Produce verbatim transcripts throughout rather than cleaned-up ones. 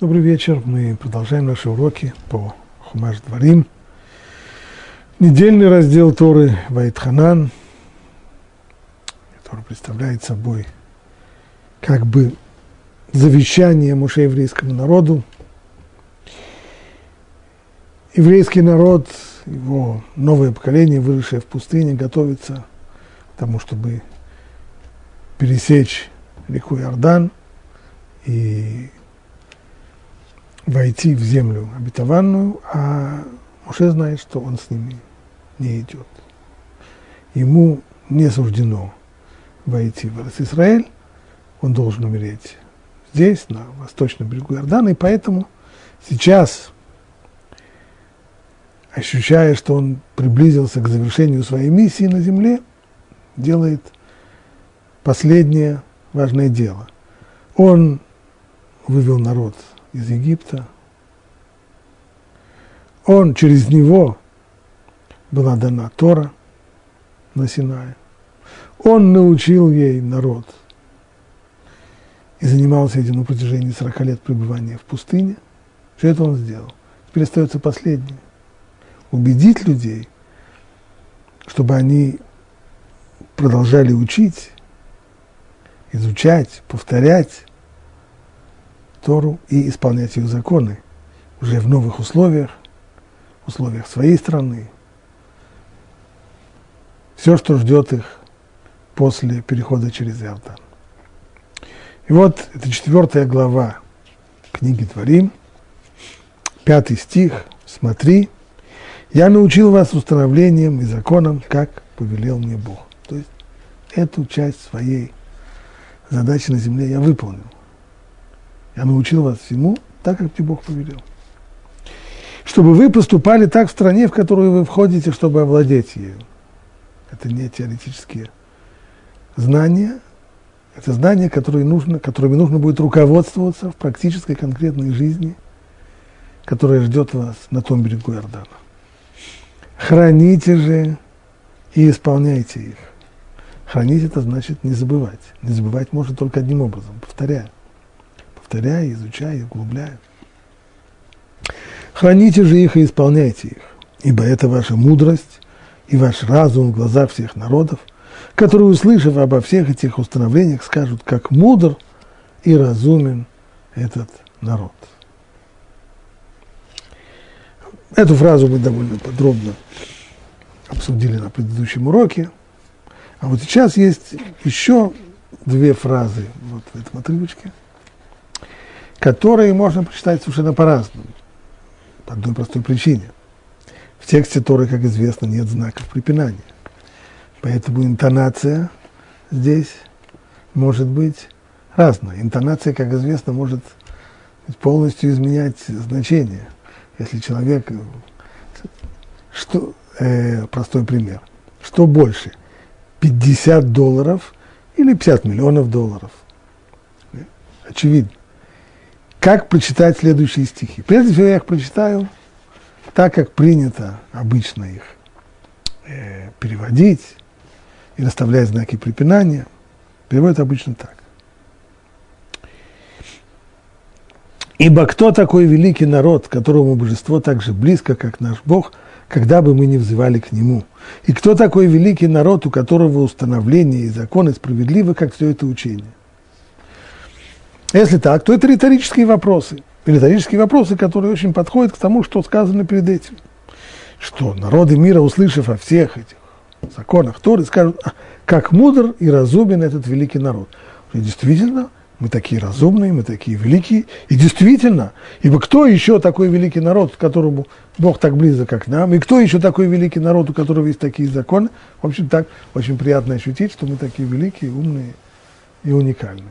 Добрый вечер. Мы продолжаем наши уроки по Хумаш Дварим. Недельный раздел Торы Ваэт-Ханан, который представляет собой как бы завещание Моше еврейскому народу. Еврейский народ, его новое поколение, выросшее в пустыне, готовится к тому, чтобы пересечь реку Иордан и войти в землю обетованную, а Моше знает, что он с ними не идет. Ему не суждено войти в Эрец-Исраэль, он должен умереть здесь, на восточном берегу Иордана, и поэтому сейчас, ощущая, что он приблизился к завершению своей миссии на земле, делает последнее важное дело. Он вывел народ из Египта. Он, через него была дана Тора на Синае. Он научил ей народ и занимался этим на протяжении сорока лет пребывания в пустыне. Все это он сделал. Теперь остается последнее. Убедить людей, чтобы они продолжали учить, изучать, повторять Тору и исполнять ее законы уже в новых условиях, условиях своей страны. Все, что ждет их после перехода через Иордан. И вот это четвертая глава книги Дворим, пятый стих. Смотри, я научил вас установлением и законам, как повелел мне Бог. То есть эту часть своей задачи на земле я выполнил. Я научил вас всему, так, как тебе Бог повелел. Чтобы вы поступали так в стране, в которую вы входите, чтобы овладеть ею. Это не теоретические знания, это знания, которые нужно, которыми нужно будет руководствоваться в практической конкретной жизни, которая ждет вас на том берегу Иордана. Храните же и исполняйте их. Хранить — это значит не забывать. Не забывать можно только одним образом, повторяя. Повторяя, изучая, углубляя. Храните же их и исполняйте их, ибо это ваша мудрость и ваш разум в глазах всех народов, которые, услышав обо всех этих установлениях, скажут, как мудр и разумен этот народ. Эту фразу мы довольно подробно обсудили на предыдущем уроке, а вот сейчас есть еще две фразы вот в этом отрывочке, которые можно прочитать совершенно по-разному, по одной простой причине. В тексте Торы, как известно, нет знаков препинания, поэтому интонация здесь может быть разная. Интонация, как известно, может полностью изменять значение. Если человек, что, э, простой пример, что больше, пятьдесят долларов или пятьдесят миллионов долларов? Очевидно. Как прочитать следующие стихи? Прежде всего я их прочитаю так, как принято обычно их э, переводить и расставлять знаки препинания. Переводят обычно так. «Ибо кто такой великий народ, которому божество так же близко, как наш Бог, когда бы мы ни взывали к нему? И кто такой великий народ, у которого установления и законы справедливы, как все это учение?» Если так, то это риторические вопросы. Риторические вопросы, которые очень подходят к тому, что сказано перед этим. Что народы мира, услышав о всех этих законах Торы, скажут, как мудр и разумен этот великий народ. И действительно, мы такие разумные, мы такие великие. И действительно, ибо кто еще такой великий народ, которому Бог так близок, как нам, и кто еще такой великий народ, у которого есть такие законы? В общем, так очень приятно ощутить, что мы такие великие, умные и уникальные.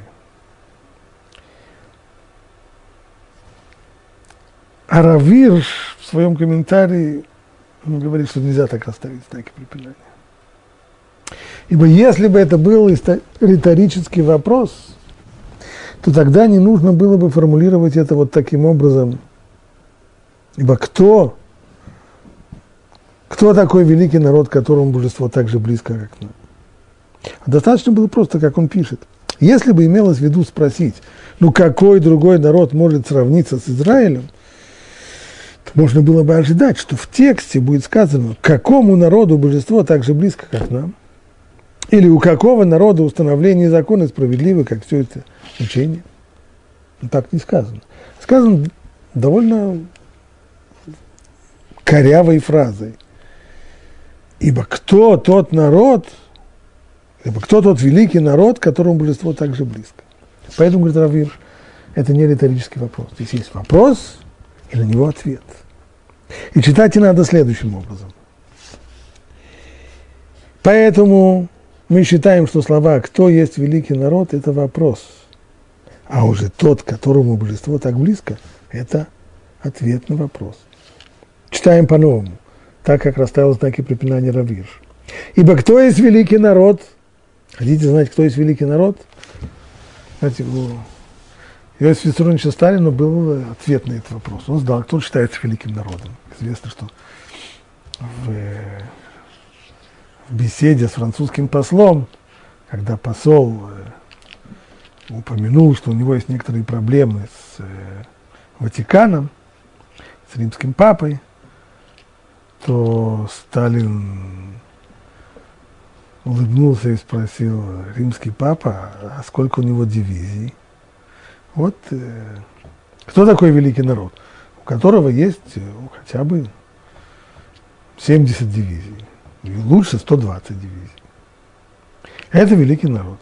А Рав Ирш в своем комментарии говорит, что нельзя так расставить знаки препинания. Ибо если бы это был риторический вопрос, то тогда не нужно было бы формулировать это вот таким образом. Ибо кто, кто такой великий народ, которому божество так же близко, как нам? А достаточно было просто, как он пишет. Если бы имелось в виду спросить, ну какой другой народ может сравниться с Израилем, то можно было бы ожидать, что в тексте будет сказано, к какому народу божество так же близко, как нам, или у какого народа установление закона справедливы, как все это учение. Но так не сказано. Сказано довольно корявой фразой. Ибо кто тот народ, ибо кто тот великий народ, которому божество так же близко. Поэтому, говорит Рав Ирш, это не риторический вопрос. Здесь есть вопрос, и на него ответ. И читать и надо следующим образом. Поэтому мы считаем, что слова «кто есть великий народ» – это вопрос. А уже тот, которому божество так близко, это ответ на вопрос. Читаем по-новому, так как расставил знаки препинания Рав Ирш. Ибо кто есть великий народ? Хотите знать, кто есть великий народ? Знаете, у Иосифа Виссарионовича Сталина был ответ на этот вопрос. Он знал, кто считается великим народом. Известно, что в, в беседе с французским послом, когда посол упомянул, что у него есть некоторые проблемы с Ватиканом, с римским папой, то Сталин улыбнулся и спросил: римский папа, а сколько у него дивизий? Вот э, кто такой великий народ, у которого есть э, хотя бы семьдесят дивизий, и лучше сто двадцать дивизий. Это великий народ.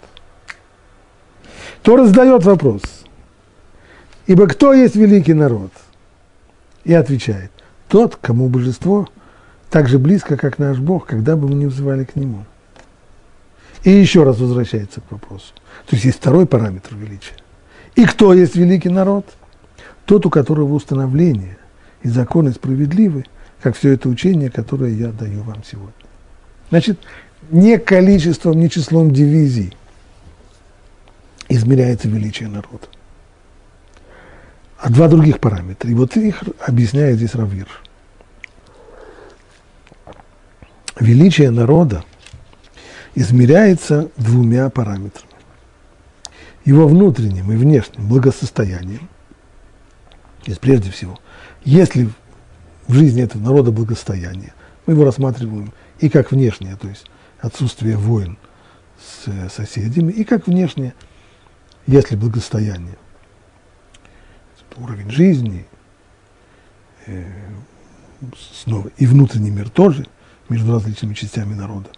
Тора задает вопрос: ибо кто есть великий народ? И отвечает: тот, кому божество так же близко, как наш Бог, когда бы мы не взывали к нему. И еще раз возвращается к вопросу. То есть есть второй параметр величия. И кто есть великий народ? Тот, у которого установление и законы справедливы, как все это учение, которое я даю вам сегодня. Значит, не количеством, не числом дивизий измеряется величие народа, а два других параметра. И вот их объясняет здесь Рав Ирш. Величие народа измеряется двумя параметрами. Его внутренним и внешним благосостоянием. То есть, прежде всего, если в жизни этого народа благосостояние, мы его рассматриваем и как внешнее, то есть отсутствие войн с соседями, и как внешнее, если благосостояние, уровень жизни, э, снова, и внутренний мир тоже, между различными частями народа.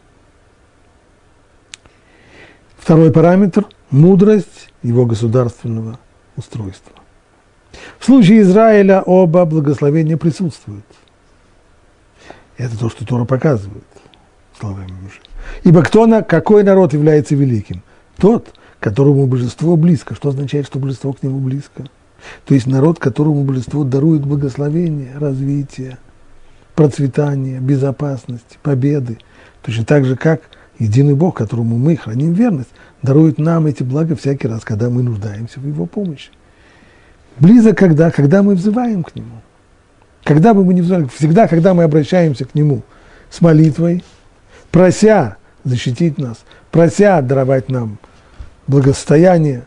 Второй параметр – мудрость его государственного устройства. В случае Израиля оба благословения присутствуют. Это то, что Тора показывает словами Миша. Ибо кто на, какой народ является великим? Тот, которому божество близко. Что означает, что божество к нему близко? То есть народ, которому божество дарует благословение, развитие, процветание, безопасность, победы. Точно так же, как единый Бог, которому мы храним верность, дарует нам эти блага всякий раз, когда мы нуждаемся в Его помощи. Близок когда? Когда мы взываем к Нему. Когда бы мы ни взывали, всегда, когда мы обращаемся к Нему с молитвой, прося защитить нас, прося даровать нам благосостояние,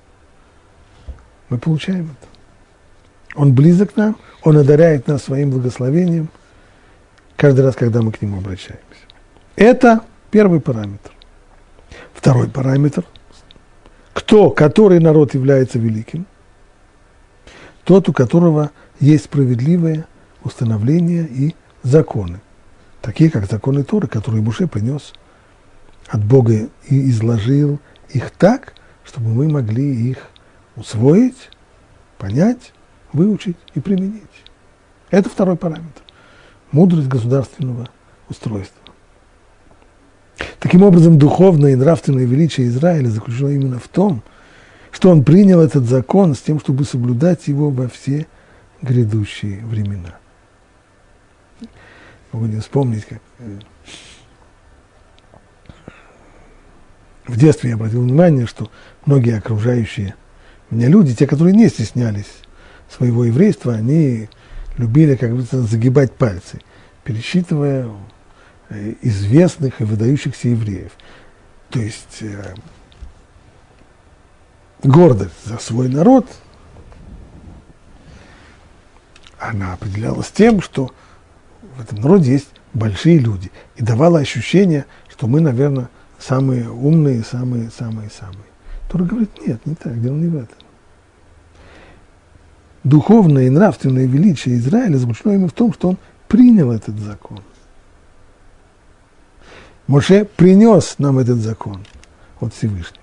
мы получаем это. Он близок к нам, Он одаряет нас своим благословением каждый раз, когда мы к Нему обращаемся. Это первый параметр. Второй параметр. Кто, который народ является великим? Тот, у которого есть справедливое установление и законы. Такие, как законы Торы, которые Моше принес от Бога и изложил их так, чтобы мы могли их усвоить, понять, выучить и применить. Это второй параметр. Мудрость государственного устройства. Таким образом, духовное и нравственное величие Израиля заключено именно в том, что он принял этот закон с тем, чтобы соблюдать его во все грядущие времена. Могу не вспомнить, как в детстве я обратил внимание, что многие окружающие меня люди, те, которые не стеснялись своего еврейства, они любили, как говорится, загибать пальцы, пересчитывая известных и выдающихся евреев. То есть гордость за свой народ, она определялась тем, что в этом народе есть большие люди, и давала ощущение, что мы, наверное, самые умные, самые-самые-самые. Тора говорит, нет, не так, дело не в этом. Духовное и нравственное величие Израиля заключено именно в том, что он принял этот закон. Моше принес нам этот закон от Всевышнего.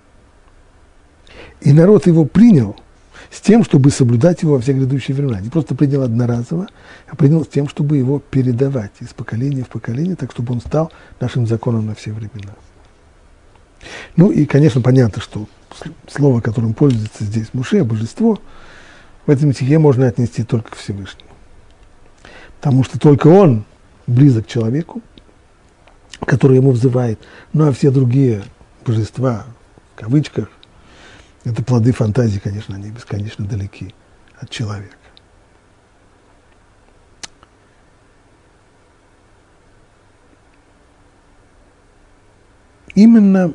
И народ его принял с тем, чтобы соблюдать его во все грядущие времена. Не просто принял одноразово, а принял с тем, чтобы его передавать из поколения в поколение, так, чтобы он стал нашим законом на все времена. Ну и, конечно, понятно, что слово, которым пользуется здесь Моше, божество, в этом стихе можно отнести только к Всевышнему. Потому что только он близок к человеку, который ему взывает. Ну а все другие божества, в кавычках, это плоды фантазии, конечно, они бесконечно далеки от человека. Именно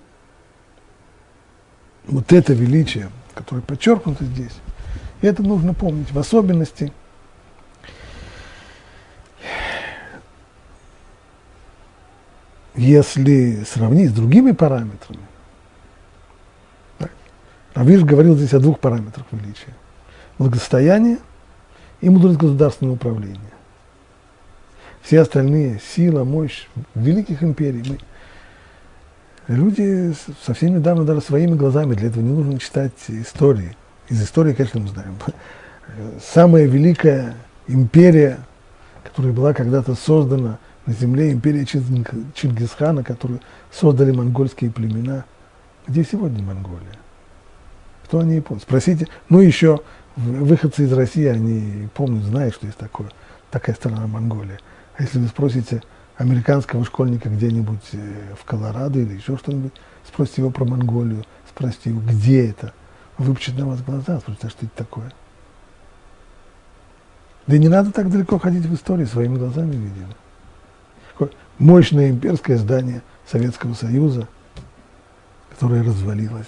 вот это величие, которое подчеркнуто здесь, это нужно помнить, в особенности если сравнить с другими параметрами. Рав Виш говорил здесь о двух параметрах величия. Благосостояние и мудрость государственного управления. Все остальные, сила, мощь великих империй, мы, люди совсем недавно даже своими глазами, для этого не нужно читать истории. Из истории, конечно, мы знаем. Самая великая империя, которая была когда-то создана на земле, империя Чингисхана, которую создали монгольские племена. Где сегодня Монголия? Кто они помнят? Спросите. Ну, еще выходцы из России, они помнят, знают, что есть такое, такая страна Монголия. А если вы спросите американского школьника где-нибудь в Колорадо или еще что-нибудь, спросите его про Монголию, спросите его, где это, выпучит на вас глаза, спросите, а что это такое? Да и не надо так далеко ходить в историю, своими глазами видели. Такое мощное имперское здание Советского Союза, которое развалилось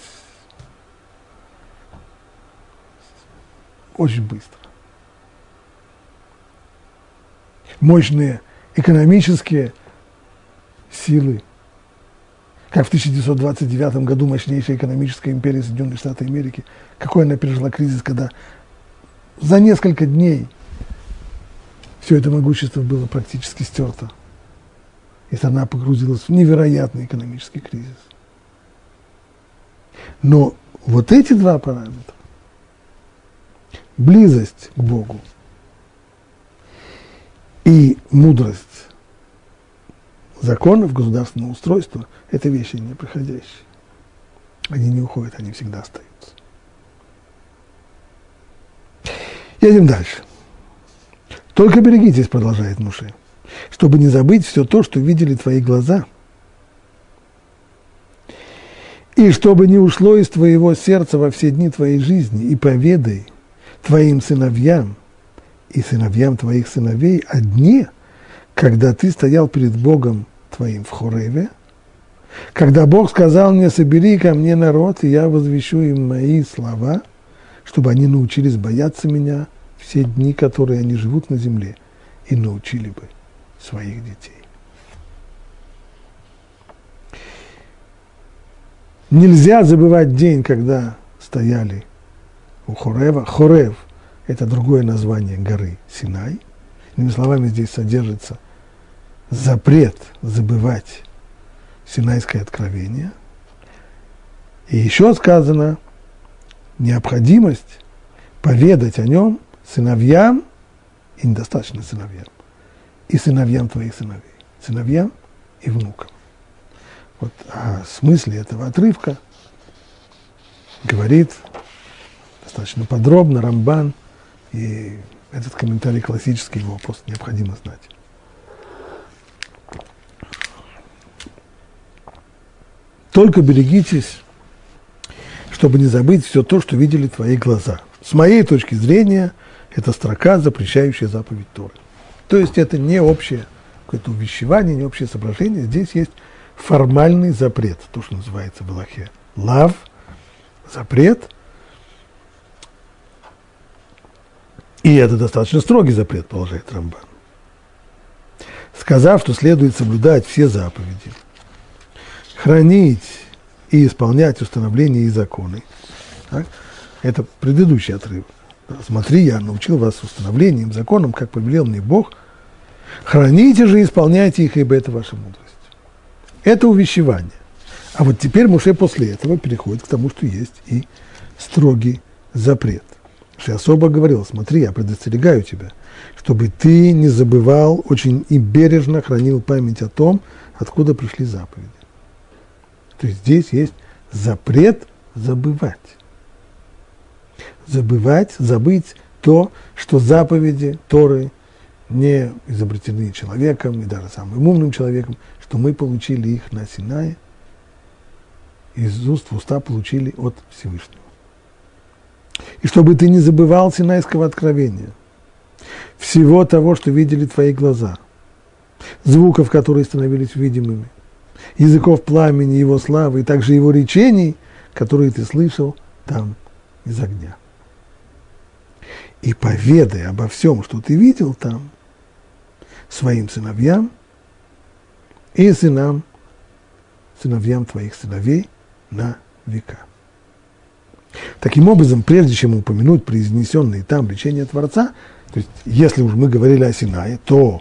очень быстро. Мощные экономические силы, как в тысяча девятьсот двадцать девятом году мощнейшая экономическая империя Соединенных Штатов Америки, какой она пережила кризис, когда за несколько дней все это могущество было практически стерто, и страна погрузилась в невероятный экономический кризис. Но вот эти два параметра, близость к Богу и мудрость законов государственного устройства, это вещи неприходящие. Они не уходят, они всегда остаются. Едем дальше. Только берегитесь, продолжает Моше, чтобы не забыть все то, что видели твои глаза, и чтобы не ушло из твоего сердца во все дни твоей жизни, и поведай твоим сыновьям и сыновьям твоих сыновей о дне, когда ты стоял перед Богом твоим в Хореве, когда Бог сказал мне: собери ко мне народ, и я возвещу им мои слова, чтобы они научились бояться меня все дни, которые они живут на земле, и научили бы своих детей. Нельзя забывать день, когда стояли у Хорева. Хорев – это другое название горы Синай. Иными словами, здесь содержится запрет забывать Синайское откровение. И еще сказано необходимость поведать о нем сыновьям, и недостаточно сыновьям, и сыновьям твоих сыновей, сыновьям и внукам. Вот о смысле этого отрывка говорит достаточно подробно Рамбан, и этот комментарий классический, его просто необходимо знать. Только берегитесь, чтобы не забыть все то, что видели твои глаза. С моей точки зрения, это строка, запрещающая заповедь Торы. То есть это не общее какое-то увещевание, не общее соображение. Здесь есть формальный запрет, то, что называется в Алахе лав, запрет, и это достаточно строгий запрет, продолжает Рамбан, сказав, что следует соблюдать все заповеди, хранить и исполнять установления и законы. Так? Это предыдущий отрывок. Смотри, я научил вас установлениям, законам, как повелел мне Бог. Храните же и исполняйте их, ибо это ваша мудрость. Это увещевание. А вот теперь Моше после этого переходит к тому, что есть и строгий запрет. Что особо говорил: смотри, я предостерегаю тебя, чтобы ты не забывал, очень и бережно хранил память о том, откуда пришли заповеди. То есть здесь есть запрет забывать. Забывать, забыть то, что заповеди Торы не изобретены человеком, и даже самым умным человеком, что мы получили их на Синае, из уст в уста получили от Всевышнего. И чтобы ты не забывал Синайского откровения, всего того, что видели твои глаза, звуков, которые становились видимыми, языков пламени, его славы, и также его речений, которые ты слышал там из огня. И поведай обо всем, что ты видел там, своим сыновьям и сынам, сыновьям твоих сыновей на века. Таким образом, прежде чем упомянуть произнесенные там речения Творца, то есть, если уж мы говорили о Синае, то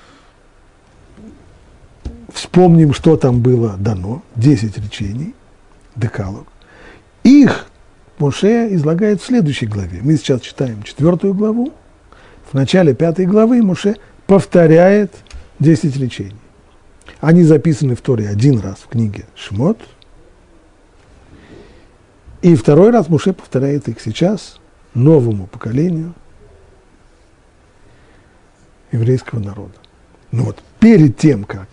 вспомним, что там было дано, десять речений, декалог. Их Моше излагает в следующей главе. Мы сейчас читаем четвертую главу. В начале пятой главы Моше повторяет десять речений. Они записаны в Торе один раз в книге Шмот. И второй раз Моше повторяет их сейчас новому поколению еврейского народа. Но вот перед тем, как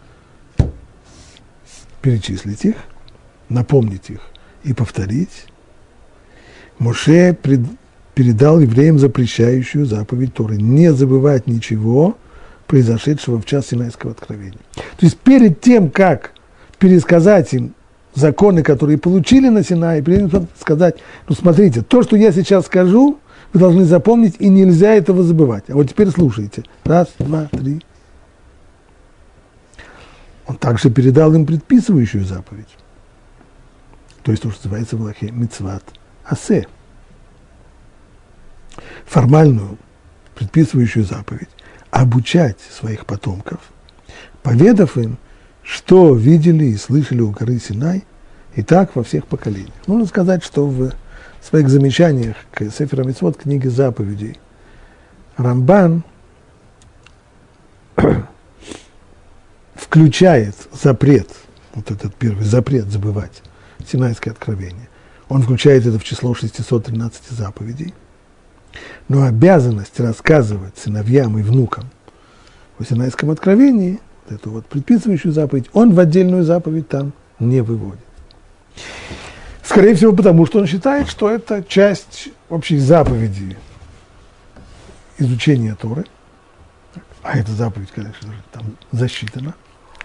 перечислить их, напомнить их и повторить, Моше пред, передал евреям запрещающую заповедь Торы: не забывать ничего, произошедшего в час Синайского откровения. То есть перед тем, как пересказать им законы, которые получили на Синае, перед тем сказать: ну смотрите, то, что я сейчас скажу, вы должны запомнить, и нельзя этого забывать. А вот теперь слушайте. Раз, два, три. Он также передал им предписывающую заповедь. То есть то, что называется в Алахе мицват асе. Формальную предписывающую заповедь обучать своих потомков, поведав им, что видели и слышали у горы Синай, и так во всех поколениях. Нужно сказать, что в своих замечаниях к Сефер ха-Мицвот, книге заповедей, Рамбан включает запрет, вот этот первый запрет забывать Синайское откровение, он включает это в число шестисот тринадцати заповедей, но обязанность рассказывать сыновьям и внукам о Синайском откровении, вот эту вот предписывающую заповедь, он в отдельную заповедь там не выводит. Скорее всего, потому что он считает, что это часть общей заповеди изучения Торы, а эта заповедь, конечно же, там засчитана.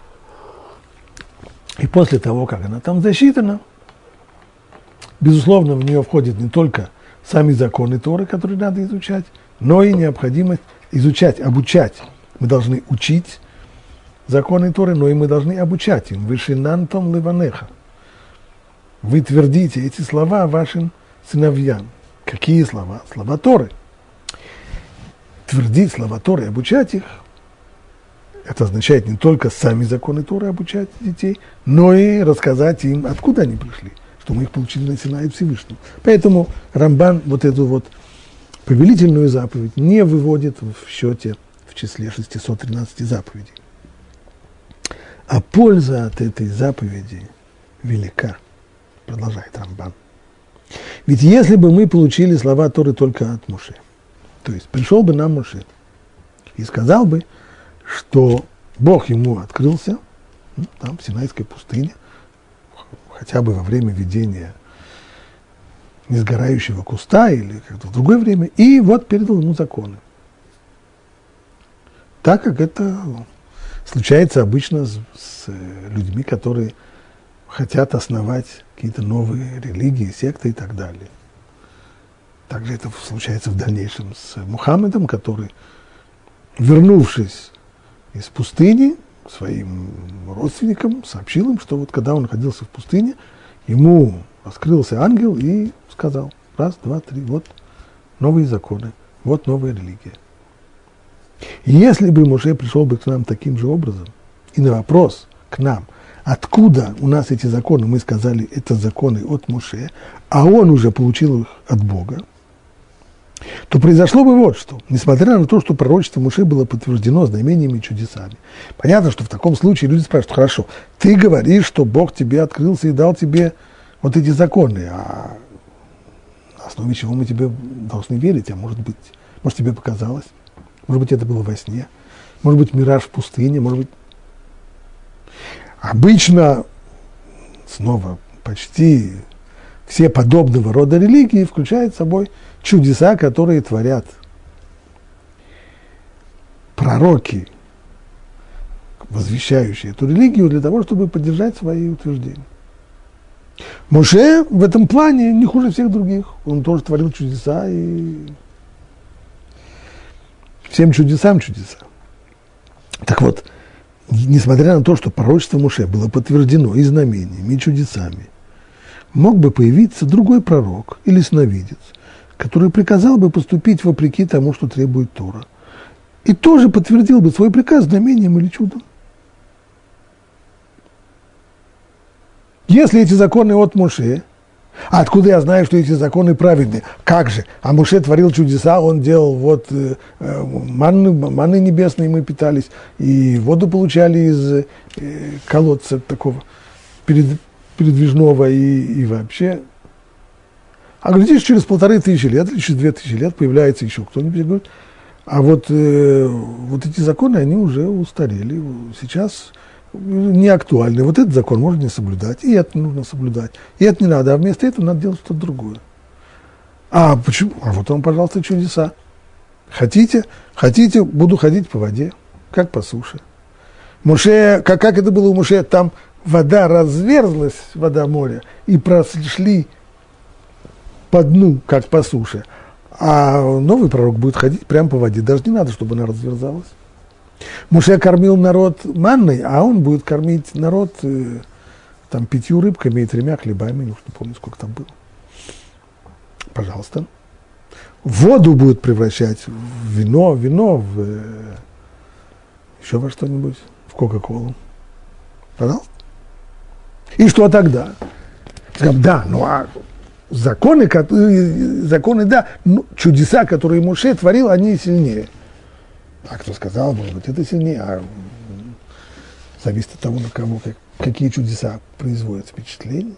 И после того, как она там засчитана, безусловно, в нее входят не только сами законы Торы, которые надо изучать, но и необходимость изучать, обучать. Мы должны учить законы Торы, но и мы должны обучать им. Вышинантом леванеха. Вы твердите эти слова вашим сыновьям. Какие слова? Слова Торы. Твердить слова Торы, обучать их, это означает не только сами законы Торы обучать детей, но и рассказать им, откуда они пришли, что мы их получили на Синае Всевышнего. Поэтому Рамбан вот эту вот повелительную заповедь не выводит в счете в числе шестисот тринадцати заповедей. А польза от этой заповеди велика, продолжает Рамбан. Ведь если бы мы получили слова Торы только от Моше, то есть пришел бы нам Моше и сказал бы, что Бог ему открылся, ну, там, в Синайской пустыне, хотя бы во время видения несгорающего куста или как-то в другое время, и вот передал ему законы. Так как это случается обычно с, с людьми, которые хотят основать какие-то новые религии, секты и так далее. Также это случается в дальнейшем с Мухаммедом, который, вернувшись из пустыни, к своим родственникам сообщил им, что вот когда он находился в пустыне, ему раскрылся ангел и сказал: раз, два, три, вот новые законы, вот новая религия. И если бы Моше пришел бы к нам таким же образом, и на вопрос к нам, откуда у нас эти законы, мы сказали, это законы от Моше, а он уже получил их от Бога, то произошло бы вот что. Несмотря на то, что пророчество Моше было подтверждено знамениями и чудесами. Понятно, что в таком случае люди спрашивают: хорошо, ты говоришь, что Бог тебе открылся и дал тебе вот эти законы, а на основе чего мы тебе должны верить? А может быть, может тебе показалось? Может быть, это было во сне? Может быть, мираж в пустыне? Может быть... Обычно, снова, почти все подобного рода религии включают в собой чудеса, которые творят пророки, возвещающие эту религию, для того, чтобы поддержать свои утверждения. Моше в этом плане не хуже всех других. Он тоже творил чудеса, и всем чудесам чудеса. Так вот, несмотря на то, что пророчество Моше было подтверждено и знамениями, и чудесами, мог бы появиться другой пророк или сновидец, который приказал бы поступить вопреки тому, что требует Тора, и тоже подтвердил бы свой приказ знамением или чудом. Если эти законы от Моше, а откуда я знаю, что эти законы праведные? Как же? А Моше творил чудеса, он делал вот э, манны, манны небесные мы питались, и воду получали из э, колодца такого перед, передвижного, и, и вообще. А глядишь, через полторы тысячи лет, или через две тысячи лет появляется еще кто-нибудь и говорит: а вот, э, вот эти законы, они уже устарели, сейчас не актуальны. Вот этот закон можно не соблюдать, и это нужно соблюдать, и это не надо, а вместо этого надо делать что-то другое. А почему? А вот вам, пожалуйста, чудеса. Хотите? Хотите, буду ходить по воде, как по суше. Моше, как, как это было у Моше, там вода разверзлась, вода моря, и прошли по дну, как по суше. А новый пророк будет ходить прямо по воде. Даже не надо, чтобы она разверзалась. Моше кормил народ манной, а он будет кормить народ э, там, пятью рыбками и тремя хлебами. Не помню, сколько там было. Пожалуйста. Воду будет превращать в вино, вино в э, еще во что-нибудь, в Кока-Колу. Пожалуйста. И что тогда? Скажем, да, ну а законы, законы, да, ну, чудеса, которые Моше творил, они сильнее. А кто сказал, может быть, это сильнее, а зависит от того, на кого, как, какие чудеса производят впечатление.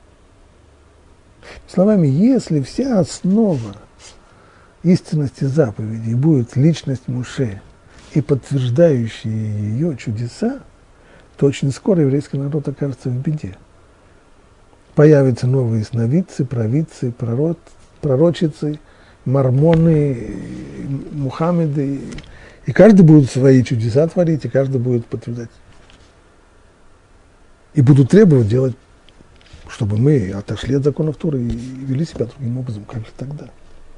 Словами, если вся основа истинности заповедей будет личность Моше и подтверждающие ее чудеса, то очень скоро еврейский народ окажется в беде. Появятся новые сновидцы, провидцы, пророк, пророчицы, мормоны, Мухаммеды, и каждый будет свои чудеса творить, и каждый будет подтверждать. И будут требовать делать, чтобы мы отошли от законов Торы и вели себя другим образом. Как же тогда?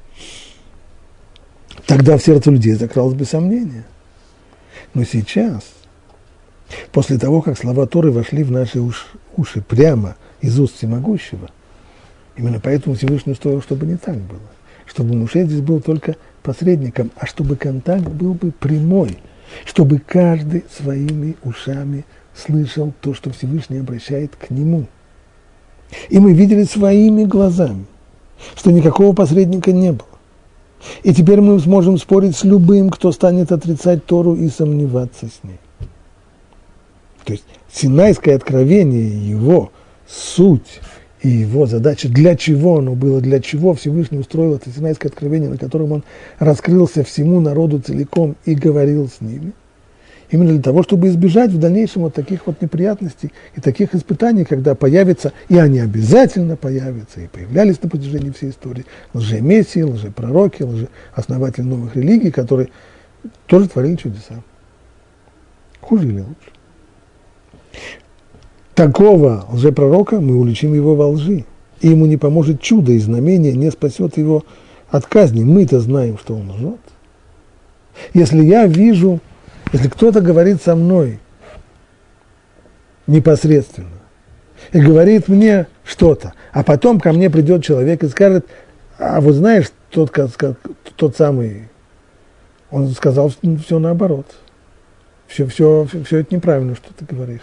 Тогда в сердце людей закралось бы сомнение. Но сейчас, после того, как слова Торы вошли в наши уши прямо из уст Всемогущего, именно поэтому Всевышний устроил, чтобы не так было. Чтобы Моше здесь был только посредником, а чтобы контакт был бы прямой, чтобы каждый своими ушами слышал то, что Всевышний обращает к нему. И мы видели своими глазами, что никакого посредника не было. И теперь мы сможем спорить с любым, кто станет отрицать Тору и сомневаться с ней. То есть Синайское откровение, его суть и его задача, для чего оно было, для чего Всевышний устроил это Синайское откровение, на котором он раскрылся всему народу целиком и говорил с ними, именно для того, чтобы избежать в дальнейшем вот таких вот неприятностей и таких испытаний, когда появятся, и они обязательно появятся, и появлялись на протяжении всей истории, лжемессии, лжепророки, лжеоснователи новых религий, которые тоже творили чудеса. Хуже или лучше? такого лжепророка мы уличим его во лжи, и ему не поможет чудо и знамение, не спасет его от казни. Мы-то знаем, что он лжет. Если я вижу, если кто-то говорит со мной непосредственно и говорит мне что-то, а потом ко мне придет человек и скажет: а вот знаешь, тот, тот самый, он сказал все наоборот. Все, все, все это неправильно, что ты говоришь.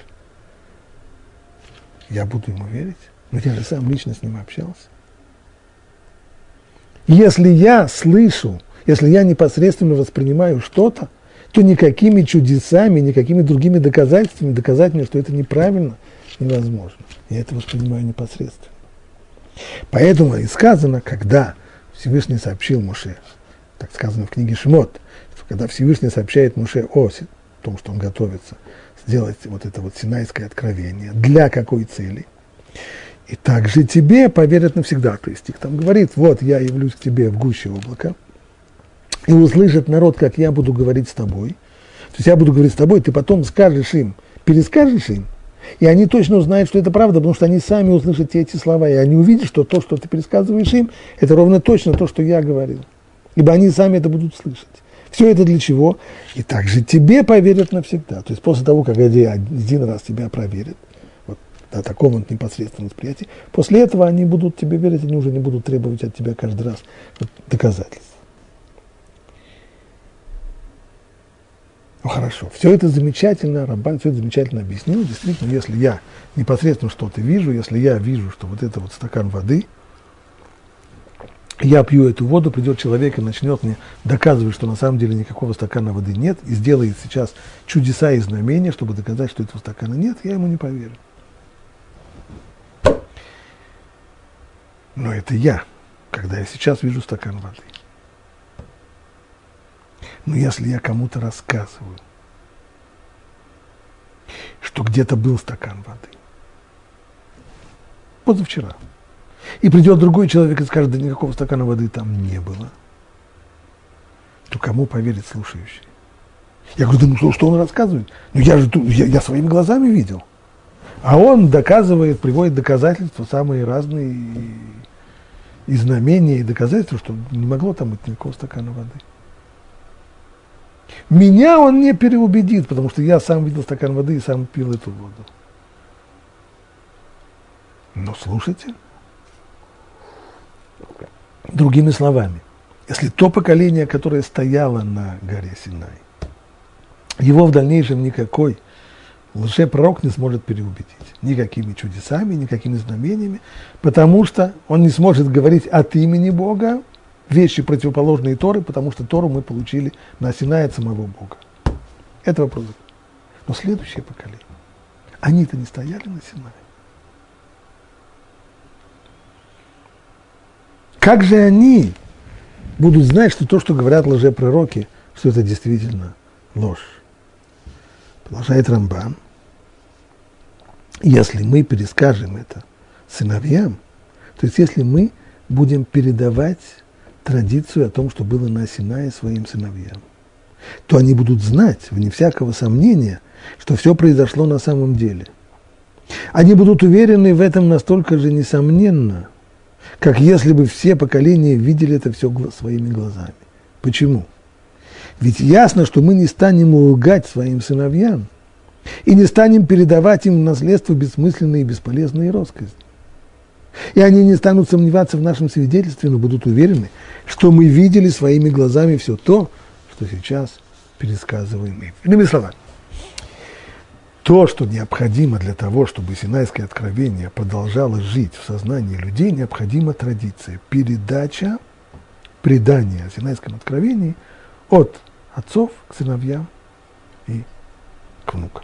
Я буду ему верить? Но я же сам лично с ним общался. Если я слышу, если я непосредственно воспринимаю что-то, то никакими чудесами, никакими другими доказательствами доказать мне, что это неправильно, невозможно. Я это воспринимаю непосредственно. Поэтому и сказано, когда Всевышний сообщил Моше, так сказано в книге Шемот, когда Всевышний сообщает Моше о том, что он готовится сделать вот это вот синайское откровение, для какой цели? И также тебе поверят навсегда. То есть стих там говорит: вот я явлюсь к тебе в гуще облака, и услышит народ, как я буду говорить с тобой. То есть я буду говорить с тобой, ты потом скажешь им, перескажешь им, и они точно узнают, что это правда, потому что они сами услышат те эти слова, и они увидят, что то, что ты пересказываешь им, это ровно точно то, что я говорил. Ибо они сами это будут слышать. Все это для чего? И также тебе поверят навсегда. То есть после того, как они один раз тебя проверят, вот до такого вот непосредственного восприятия, после этого они будут тебе верить, они уже не будут требовать от тебя каждый раз вот доказательств. Ну хорошо, все это замечательно, Рамбан все это замечательно объяснил. Действительно, если я непосредственно что-то вижу, если я вижу, что вот это вот стакан воды, я пью эту воду, придет человек и начнет мне доказывать, что на самом деле никакого стакана воды нет, и сделает сейчас чудеса и знамения, чтобы доказать, что этого стакана нет, я ему не поверю. Но это я, когда я сейчас вижу стакан воды. Но если я кому-то рассказываю, что где-то был стакан воды, позавчера, и придет другой человек и скажет: да никакого стакана воды там не было, то кому поверит слушающий? Я говорю: да ну что, что он рассказывает? Ну я же я, я своими глазами видел. А он доказывает, приводит доказательства самые разные, и, и знамения, и доказательства, что не могло там быть никакого стакана воды. Меня он не переубедит, потому что я сам видел стакан воды и сам пил эту воду. Но слушайте. Другими словами, если то поколение, которое стояло на горе Синай, его в дальнейшем никакой лжепророк не сможет переубедить. Никакими чудесами, никакими знамениями, потому что он не сможет говорить от имени Бога вещи, противоположные Торы, потому что Тору мы получили на Синай от самого Бога. Это вопрос. Но следующее поколение, они-то не стояли на Синае. Как же они будут знать, что то, что говорят лжепророки, что это действительно ложь? Продолжает Рамбан. Если мы перескажем это сыновьям, то есть если мы будем передавать традицию о том, что было на Синае, своим сыновьям, то они будут знать, вне всякого сомнения, что все произошло на самом деле. Они будут уверены в этом настолько же несомненно, как если бы все поколения видели это все своими глазами. Почему? Ведь ясно, что мы не станем лгать своим сыновьям и не станем передавать им в наследство бессмысленные и бесполезные россказни. И они не станут сомневаться в нашем свидетельстве, но будут уверены, что мы видели своими глазами все то, что сейчас пересказываем им. Иными словами, то, что необходимо для того, чтобы Синайское откровение продолжало жить в сознании людей, необходима традиция, передача, предания о Синайском откровении от отцов к сыновьям и к внукам.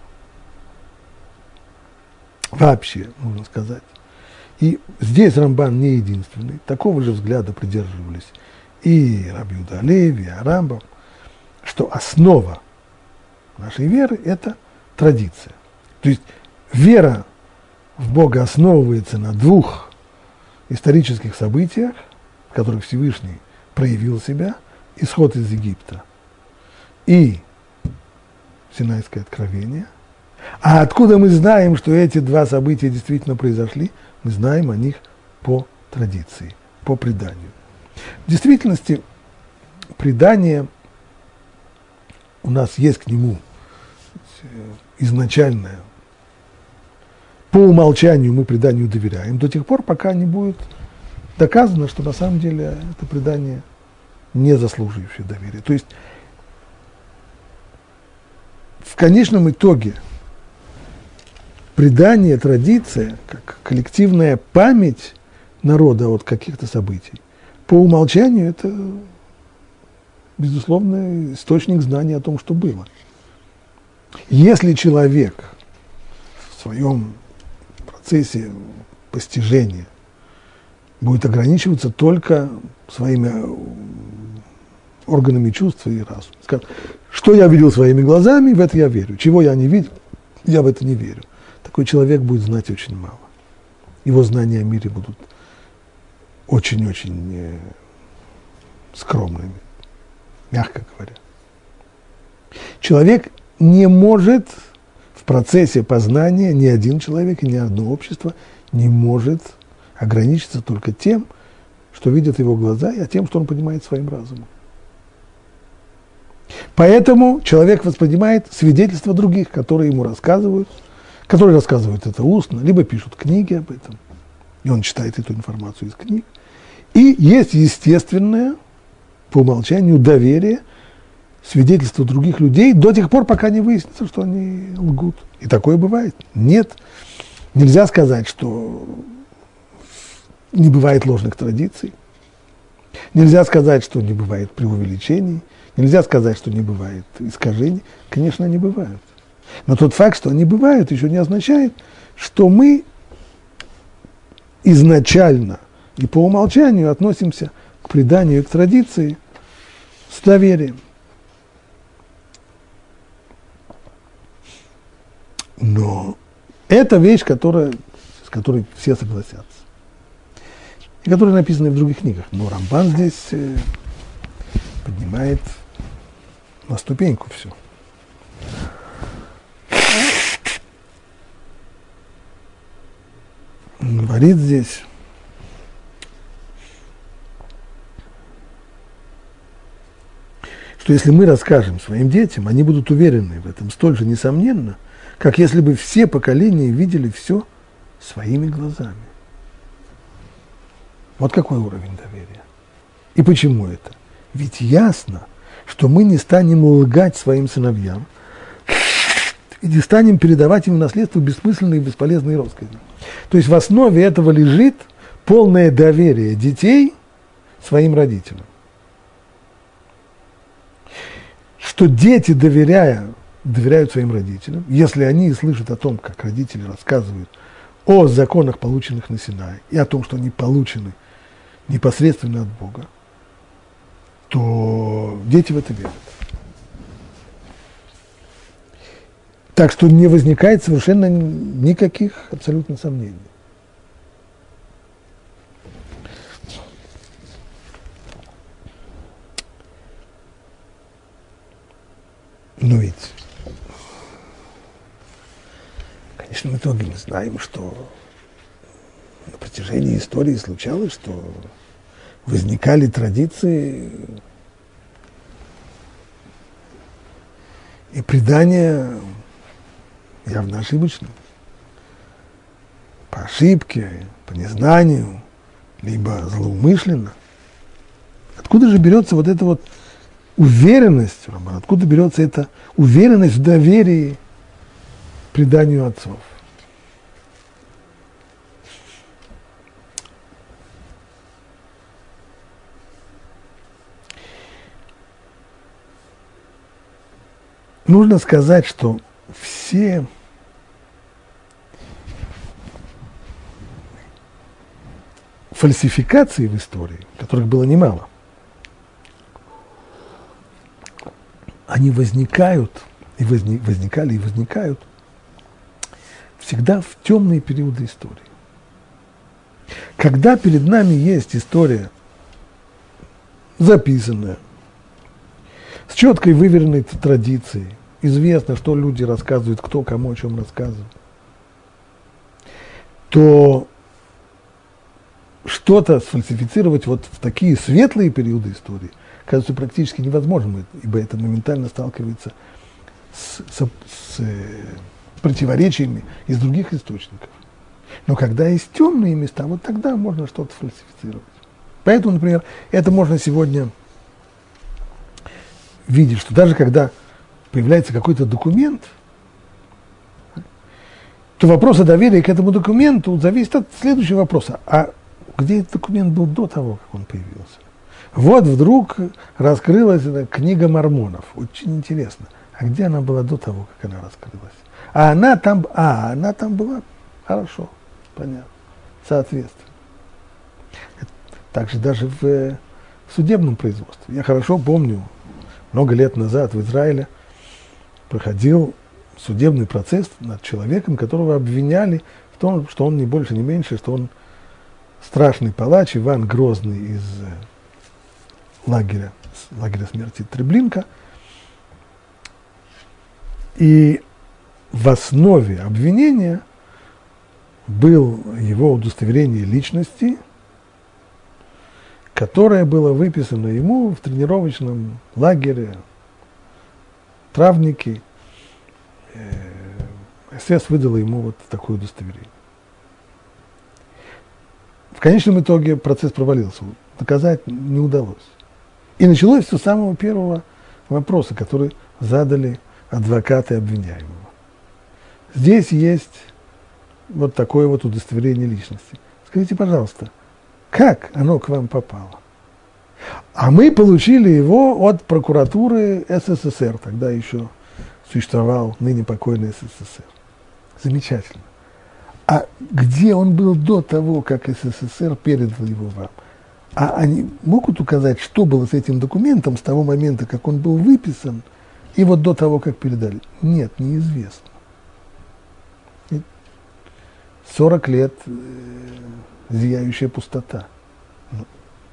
Вообще, нужно сказать. И здесь Рамбан не единственный. Такого же взгляда придерживались и Раби Иуда Алеви, и Рамбам, что основа нашей веры – это традиция. То есть вера в Бога основывается на двух исторических событиях, в которых Всевышний проявил себя: исход из Египта и Синайское откровение. А откуда мы знаем, что эти два события действительно произошли? Мы знаем о них по традиции, по преданию. В действительности, предание, у нас есть к нему изначальное, по умолчанию мы преданию доверяем, до тех пор, пока не будет доказано, что на самом деле это предание не заслуживающее доверия. То есть в конечном итоге предание, традиция, как коллективная память народа от каких-то событий, по умолчанию это, безусловно, источник знания о том, что было. Если человек в своем процессе постижения будет ограничиваться только своими органами чувств и разума, скажет, что я видел своими глазами, в это я верю, чего я не видел, я в это не верю. Такой человек будет знать очень мало. Его знания о мире будут очень-очень скромными, мягко говоря. Человек не может в процессе познания, ни один человек и ни одно общество не может ограничиться только тем, что видят его глаза, и тем, что он понимает своим разумом. Поэтому человек воспринимает свидетельства других, которые ему рассказывают, которые рассказывают это устно, либо пишут книги об этом, и он читает эту информацию из книг. И есть естественное, по умолчанию, доверие, свидетельства других людей до тех пор, пока не выяснится, что они лгут. И такое бывает. Нет, нельзя сказать, что не бывает ложных традиций, нельзя сказать, что не бывает преувеличений, нельзя сказать, что не бывает искажений. Конечно, они бывают. Но тот факт, что они бывают, еще не означает, что мы изначально и по умолчанию относимся к преданию и к традиции с доверием. Но это вещь, которая, с которой все согласятся. И которая написана и в других книгах. Но Рамбан здесь э, поднимает на ступеньку все. Он говорит здесь, что если мы расскажем своим детям, они будут уверены в этом столь же несомненно, как если бы все поколения видели все своими глазами. Вот какой уровень доверия. И почему это? Ведь ясно, что мы не станем лгать своим сыновьям и не станем передавать им в наследство бессмысленные и бесполезные россказни. То есть в основе этого лежит полное доверие детей своим родителям. Что дети, доверяя, доверяют своим родителям, если они слышат о том, как родители рассказывают о законах, полученных на Синае, и о том, что они получены непосредственно от Бога, то дети в это верят. Так что не возникает совершенно никаких абсолютно сомнений. Но ведь в конечном итоге мы знаем, что на протяжении истории случалось, что возникали традиции и предания явно ошибочные. По ошибке, по незнанию, либо злоумышленно. Откуда же берется вот эта вот уверенность, откуда берется эта уверенность в доверии преданию отцов? Нужно сказать, что все фальсификации в истории, которых было немало, они возникают, и возник, возникали, и возникают всегда в темные периоды истории. Когда перед нами есть история записанная, с четкой выверенной традицией, известно, что люди рассказывают, кто кому о чем рассказывает, то что-то сфальсифицировать вот в такие светлые периоды истории кажется практически невозможным, ибо это моментально сталкивается с, с, с э, противоречиями из других источников. Но когда есть темные места, вот тогда можно что-то фальсифицировать. Поэтому, например, это можно сегодня видеть, что даже когда появляется какой-то документ, то вопрос о доверии к этому документу зависит от следующего вопроса. А где этот документ был до того, как он появился? Вот вдруг раскрылась эта книга Мормонов. Очень интересно. А где она была до того, как она раскрылась? А она там, а, она там была, хорошо, понятно, соответственно. Также даже в, в судебном производстве. Я хорошо помню, много лет назад в Израиле проходил судебный процесс над человеком, которого обвиняли в том, что он не больше, не меньше, что он страшный палач, Иван Грозный из лагеря, лагеря смерти Треблинка. И в основе обвинения было его удостоверение личности, которое было выписано ему в тренировочном лагере, травники. СС выдала ему вот такое удостоверение. В конечном итоге процесс провалился, доказать не удалось. И началось все с самого первого вопроса, который задали адвокаты обвиняемого. Здесь есть вот такое вот удостоверение личности. Скажите, пожалуйста, как оно к вам попало? А мы получили его от прокуратуры СССР, тогда еще существовал ныне покойный СССР. Замечательно. А где он был до того, как СССР передал его вам? А они могут указать, что было с этим документом с того момента, как он был выписан, и вот до того, как передали? Нет, неизвестно. сорок лет э, зияющая пустота. Ну,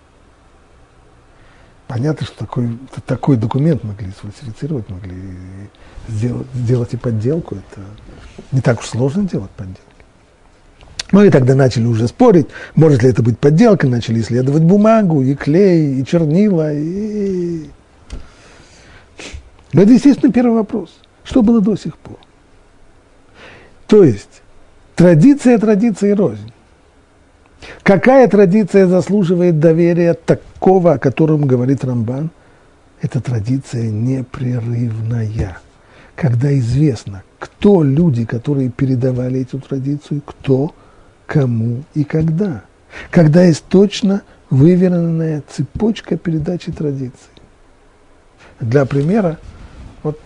понятно, что такой, такой документ могли сфальсифицировать, могли сделать, сделать и подделку. Это не так уж сложно делать подделки. Ну и тогда начали уже спорить, может ли это быть подделка, начали исследовать бумагу, и клей, и чернила. И... Но это, естественно, первый вопрос. Что было до сих пор? То есть, традиция, традиция и рознь. Какая традиция заслуживает доверия такого, о котором говорит Рамбан? Это традиция непрерывная. Когда известно, кто люди, которые передавали эту традицию, кто, кому и когда. Когда есть точно выверенная цепочка передачи традиций. Для примера, вот,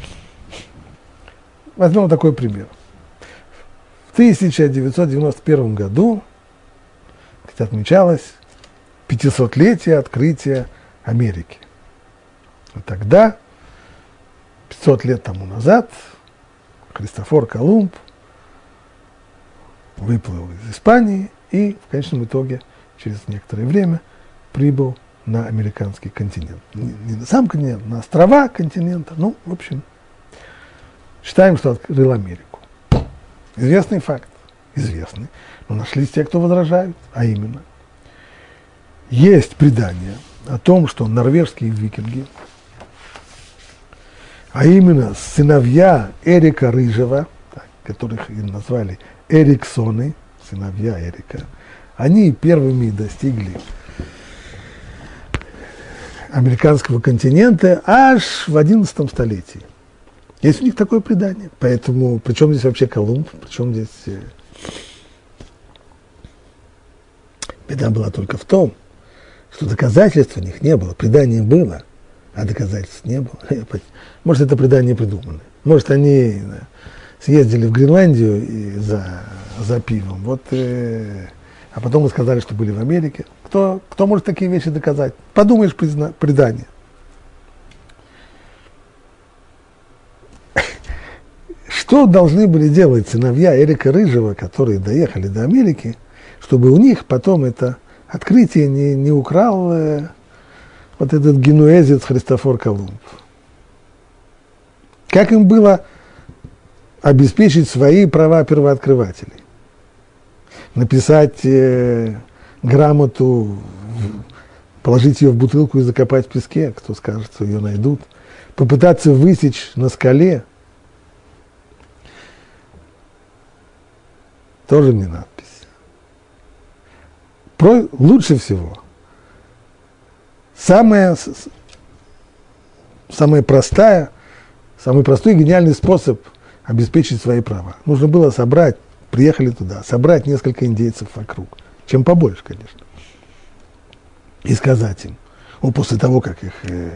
возьмем такой пример. В тысяча девятьсот девяносто первом году отмечалось пятисотлетие открытия Америки. И тогда, пятьсот лет тому назад, Христофор Колумб выплыл из Испании и в конечном итоге через некоторое время прибыл на американский континент. Не, не на сам континент, на острова континента. Ну, в общем, считаем, что открыл Америку. Известный факт. Известный. Но нашлись те, кто возражают. А именно, есть предание о том, что норвежские викинги, а именно сыновья Эрика Рыжего, так, которых и назвали Эриксоны, сыновья Эрика, они первыми достигли американского континента аж в одиннадцатом столетии. Есть у них такое предание. Поэтому, при чем здесь вообще Колумб, при чем здесь... Беда была только в том, что доказательств у них не было. Предание было, а доказательств не было. Может, это предание придумано. Может, они съездили в Гренландию и за, за пивом, вот, э, а потом мы сказали, что были в Америке. Кто, кто может такие вещи доказать? Подумаешь, призна, предание. Что должны были делать сыновья Эрика Рыжего, которые доехали до Америки, чтобы у них потом это открытие не, не украл э, вот этот генуэзец Христофор Колумб? Как им было обеспечить свои права первооткрывателей? Написать э, грамоту, положить ее в бутылку и закопать в песке, кто скажет, что ее найдут. Попытаться высечь на скале. Тоже не надпись. Про, лучше всего самая, самая простая, самый простой и гениальный способ обеспечить свои права. Нужно было собрать, приехали туда, собрать несколько индейцев вокруг, чем побольше, конечно, и сказать им, ну, после того, как их э,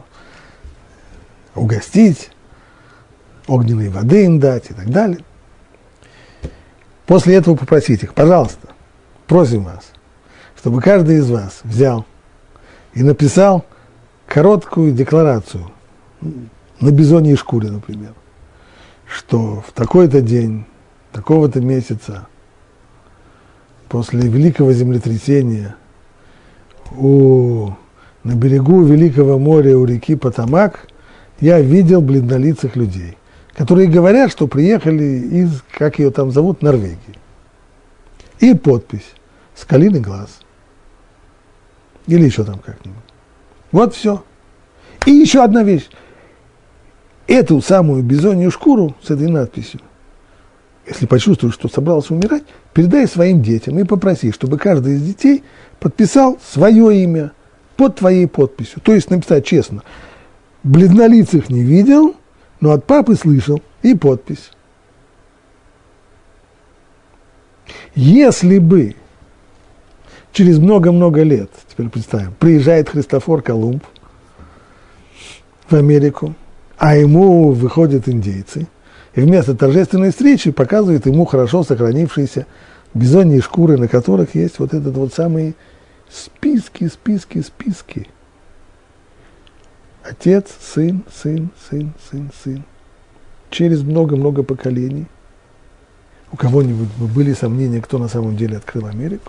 угостить, огненной воды им дать и так далее, после этого попросить их, пожалуйста, просим вас, чтобы каждый из вас взял и написал короткую декларацию на бизоньей шкуре, например, что в такой-то день, такого-то месяца, после великого землетрясения, у, на берегу Великого моря у реки Потамак я видел бледнолицых людей, которые говорят, что приехали из, как ее там зовут, Норвегии. И подпись «Скалиный глаз». Или еще там как-нибудь. Вот все. И еще одна вещь. Эту самую бизонью шкуру с этой надписью, если почувствуешь, что собрался умирать, передай своим детям и попроси, чтобы каждый из детей подписал свое имя под твоей подписью. То есть написать честно. Бледнолицых не видел, но от папы слышал и подпись. Если бы через много-много лет, теперь представим, приезжает Христофор Колумб в Америку, а ему выходят индейцы, и вместо торжественной встречи показывают ему хорошо сохранившиеся бизоньи шкуры, на которых есть вот этот вот самый списки, списки, списки. Отец, сын, сын, сын, сын, сын. Через много-много поколений. У кого-нибудь были сомнения, кто на самом деле открыл Америку?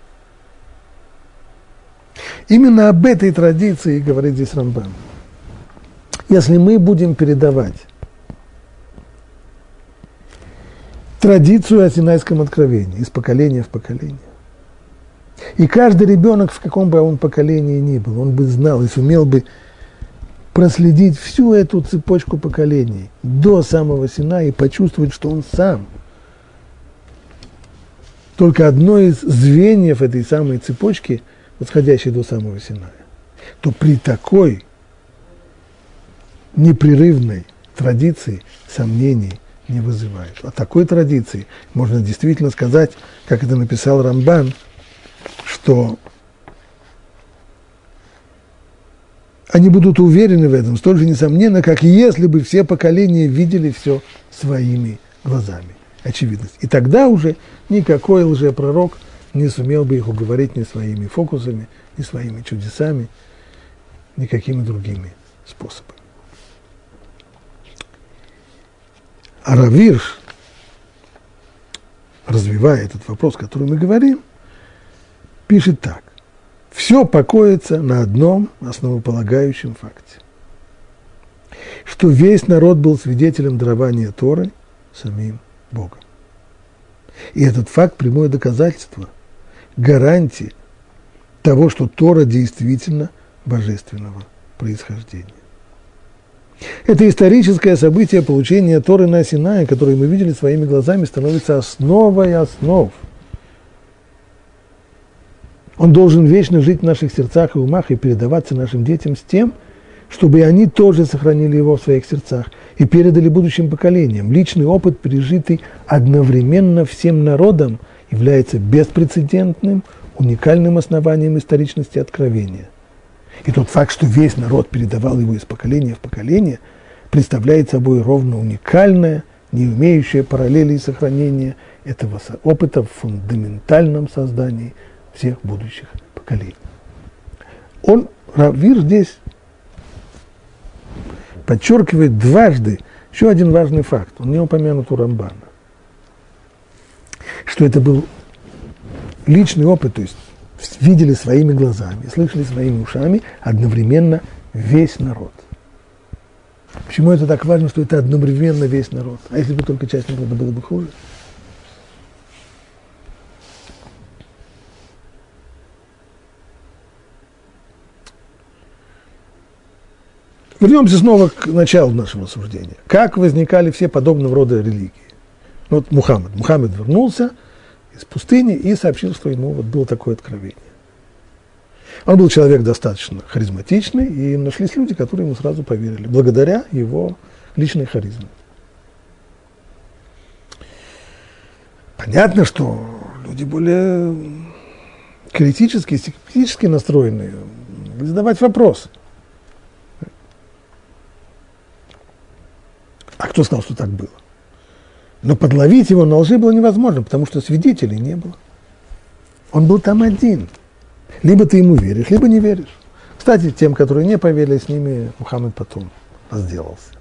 Именно об этой традиции говорит здесь Рамбам. Если мы будем передавать традицию о Синайском откровении из поколения в поколение, и каждый ребенок, в каком бы он поколении ни был, он бы знал и сумел бы проследить всю эту цепочку поколений до самого Синая и почувствовать, что он сам только одно из звеньев этой самой цепочки, восходящей до самого Синая, то при такой непрерывной традиции сомнений не вызывает. О такой традиции можно действительно сказать, как это написал Рамбан, что они будут уверены в этом столь же несомненно, как если бы все поколения видели все своими глазами. Очевидность. И тогда уже никакой лжепророк не сумел бы их уговорить ни своими фокусами, ни своими чудесами, никакими другими способами. А Рав Вирш, развивая этот вопрос, о котором мы говорим, пишет так. Все покоится на одном основополагающем факте. Что весь народ был свидетелем дарования Торы самим Богом. И этот факт – прямое доказательство, гарантия того, что Тора действительно божественного происхождения. Это историческое событие получения Торы на Синае, которое мы видели своими глазами, становится основой основ. Он должен вечно жить в наших сердцах и умах и передаваться нашим детям с тем, чтобы они тоже сохранили его в своих сердцах и передали будущим поколениям. Личный опыт, пережитый одновременно всем народам, является беспрецедентным, уникальным основанием историчности откровения. И тот факт, что весь народ передавал его из поколения в поколение, представляет собой ровно уникальное, не имеющее параллелей сохранения этого опыта в фундаментальном создании всех будущих поколений. Он, Рав Вирш, здесь подчеркивает дважды еще один важный факт, он не упомянут у Рамбана, что это был личный опыт, то есть видели своими глазами, слышали своими ушами одновременно весь народ. Почему это так важно, что это одновременно весь народ? А если бы только часть народа, было бы хуже? Вернемся снова к началу нашего рассуждения. Как возникали все подобного рода религии? Вот Мухаммед. Мухаммед вернулся из пустыни и сообщил, что ему вот было такое откровение. Он был человек достаточно харизматичный, и нашлись люди, которые ему сразу поверили, благодаря его личной харизме. Понятно, что люди более критически, скептически настроенные, задавать вопросы. А кто сказал, что так было? Но подловить его на лжи было невозможно, потому что свидетелей не было. Он был там один. Либо ты ему веришь, либо не веришь. Кстати, тем, которые не поверили, с ними Мухаммед потом разделался.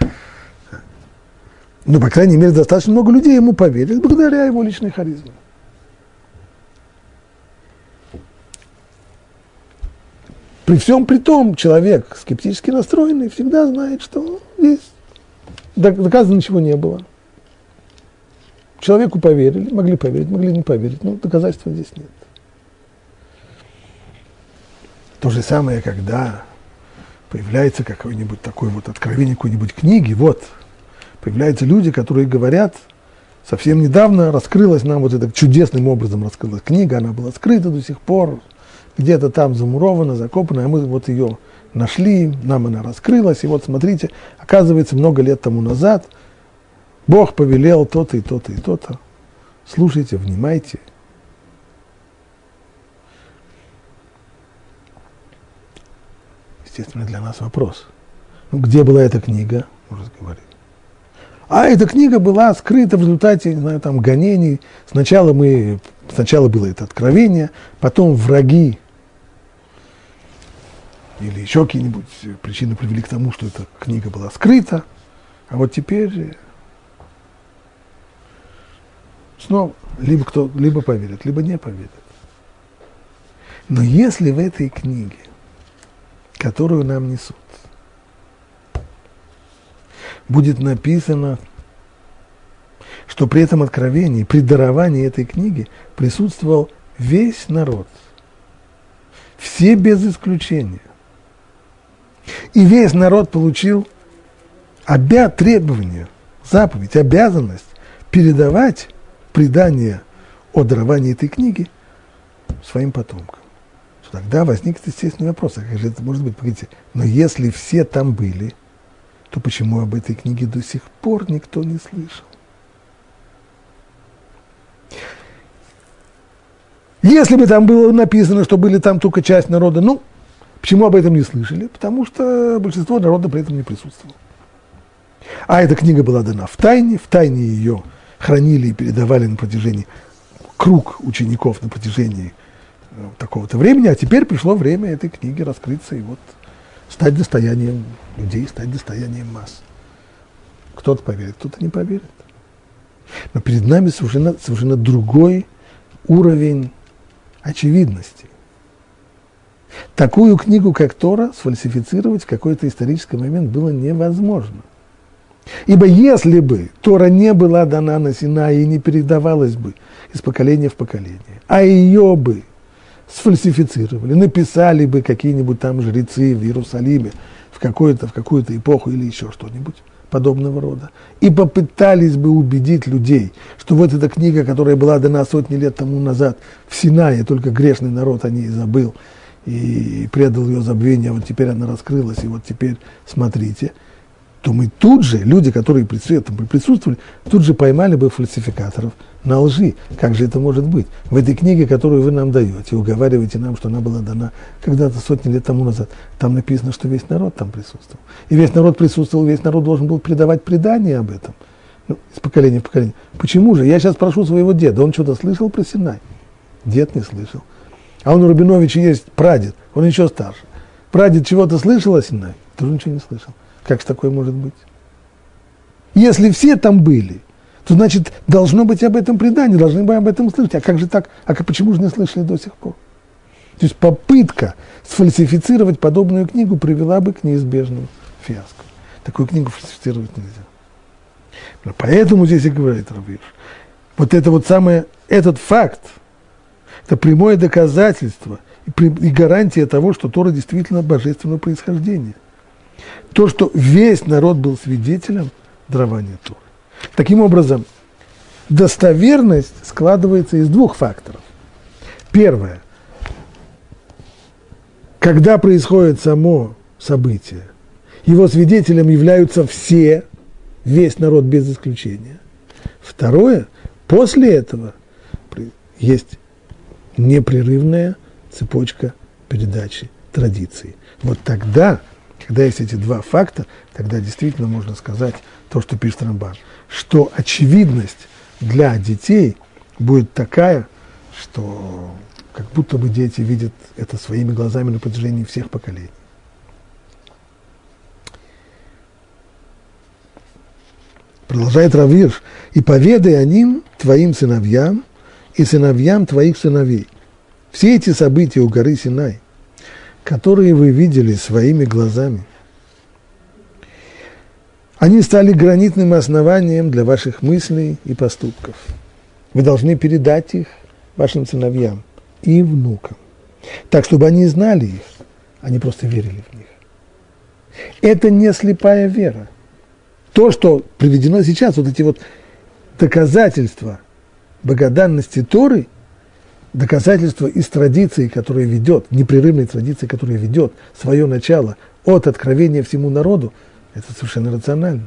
Ну, по крайней мере, достаточно много людей ему поверили, благодаря его личной харизме. При всем при том, человек скептически настроенный всегда знает, что здесь доказано ничего не было. Человеку поверили, могли поверить, могли не поверить, но доказательства здесь нет. То же самое, когда появляется какое-нибудь такое вот откровение какой-нибудь книги, вот, появляются люди, которые говорят, совсем недавно раскрылась нам вот это, чудесным образом раскрылась книга, она была скрыта до сих пор, где-то там замурована, закопана, а мы вот ее нашли, нам она раскрылась, и вот смотрите, оказывается, много лет тому назад Бог повелел то-то и то-то и то-то. Слушайте, внимайте. Естественно, для нас вопрос. Ну, где была эта книга? Может говорить. А эта книга была скрыта в результате, не знаю, там, гонений. Сначала мы, сначала было это откровение, потом враги или еще какие-нибудь причины привели к тому, что эта книга была скрыта. А вот теперь снова либо кто, либо поверит, либо не поверит. Но если в этой книге, которую нам несут, будет написано, что при этом откровении, при даровании этой книги присутствовал весь народ, все без исключения. И весь народ получил обя- требование, заповедь, обязанность передавать предание о даровании этой книги своим потомкам. Тогда возникнет естественный вопрос, а как же это может быть? Погодите, но если все там были, то почему об этой книге до сих пор никто не слышал? Если бы там было написано, что были там только часть народа, ну, почему об этом не слышали? Потому что большинство народа при этом не присутствовало. А эта книга была дана в тайне, в тайне ее хранили и передавали на протяжении, круг учеников на протяжении такого-то времени, а теперь пришло время этой книги раскрыться и вот стать достоянием людей, стать достоянием масс. Кто-то поверит, кто-то не поверит. Но перед нами совершенно, совершенно другой уровень очевидности. Такую книгу, как Тора, сфальсифицировать в какой-то исторический момент было невозможно. Ибо если бы Тора не была дана на Синае и не передавалась бы из поколения в поколение, а ее бы сфальсифицировали, написали бы какие-нибудь там жрецы в Иерусалиме в какую-то, в какую-то эпоху или еще что-нибудь подобного рода, и попытались бы убедить людей, что вот эта книга, которая была дана сотни лет тому назад в Синае, только грешный народ о ней забыл и предал ее забвению, а вот теперь она раскрылась, и вот теперь смотрите, то мы тут же, люди, которые при этом присутствовали, тут же поймали бы фальсификаторов на лжи. Как же это может быть? В этой книге, которую вы нам даете, уговариваете нам, что она была дана когда-то сотни лет тому назад, там написано, что весь народ там присутствовал. И весь народ присутствовал, весь народ должен был передавать предание об этом. Ну, из поколения в поколение. Почему же? Я сейчас прошу своего деда, он что-то слышал про Синай? Дед не слышал. А он у Рабиновича есть прадед, он еще старше. Прадед чего-то слышал о Синай? Тоже ничего не слышал. Как же такое может быть? Если все там были, то, значит, должно быть об этом предание, должны бы об этом слышать. А как же так? А почему же не слышали до сих пор? То есть попытка сфальсифицировать подобную книгу привела бы к неизбежному фиаско. Такую книгу фальсифицировать нельзя. Поэтому здесь и говорит Рав Ирш. Вот это вот самое, этот факт, это прямое доказательство и, и гарантия того, что Тора действительно божественного происхождения. То, что весь народ был свидетелем дарования Торы. Таким образом, достоверность складывается из двух факторов. Первое. Когда происходит само событие, его свидетелем являются все, весь народ без исключения. Второе. После этого есть непрерывная цепочка передачи традиций. Вот тогда, когда есть эти два факта, тогда действительно можно сказать то, что пишет Рамбан, что очевидность для детей будет такая, что как будто бы дети видят это своими глазами на протяжении всех поколений. Продолжает Рав Ирш, и поведай о ним твоим сыновьям и сыновьям твоих сыновей. Все эти события у горы Синай, которые вы видели своими глазами, они стали гранитным основанием для ваших мыслей и поступков. Вы должны передать их вашим сыновьям и внукам, так, чтобы они знали их, а не просто верили в них. Это не слепая вера. То, что приведено сейчас, вот эти вот доказательства богоданности Торы, доказательства из традиции, которая ведет, непрерывной традиции, которая ведет свое начало от откровения всему народу, это совершенно рационально.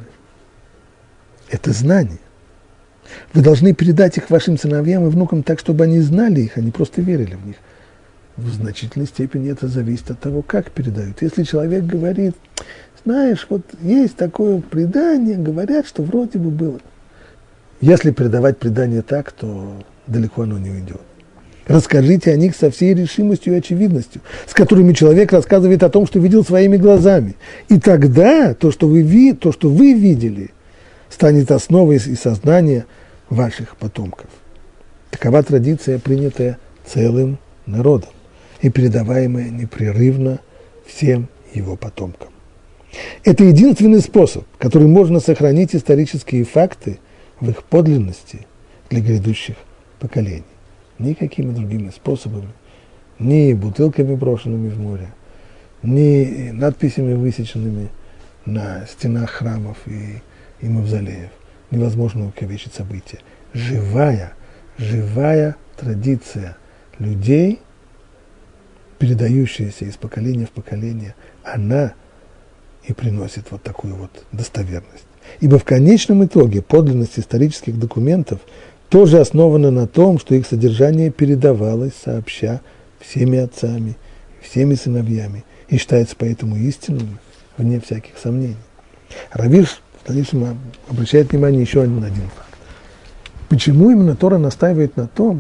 Это знание. Вы должны передать их вашим сыновьям и внукам так, чтобы они знали их, а не просто верили в них. В значительной степени это зависит от того, как передают. Если человек говорит, знаешь, вот есть такое предание, говорят, что вроде бы было. Если передавать предание так, то далеко оно не уйдет. Расскажите о них со всей решимостью и очевидностью, с которыми человек рассказывает о том, что видел своими глазами. И тогда то, что вы, ви, то, что вы видели, станет основой и сознания ваших потомков. Такова традиция, принятая целым народом и передаваемая непрерывно всем его потомкам. Это единственный способ, который можно сохранить исторические факты в их подлинности для грядущих поколений. Никакими другими способами, ни бутылками, брошенными в море, ни надписями, высеченными на стенах храмов и, и мавзолеев, невозможно увековечить события. Живая, живая традиция людей, передающаяся из поколения в поколение, она и приносит вот такую вот достоверность. Ибо в конечном итоге подлинность исторических документов тоже основана на том, что их содержание передавалось сообща всеми отцами, всеми сыновьями, и считается поэтому истинным, вне всяких сомнений. Рав Ирш в дальнейшем обращает внимание еще на один факт. Почему именно Тора настаивает на том,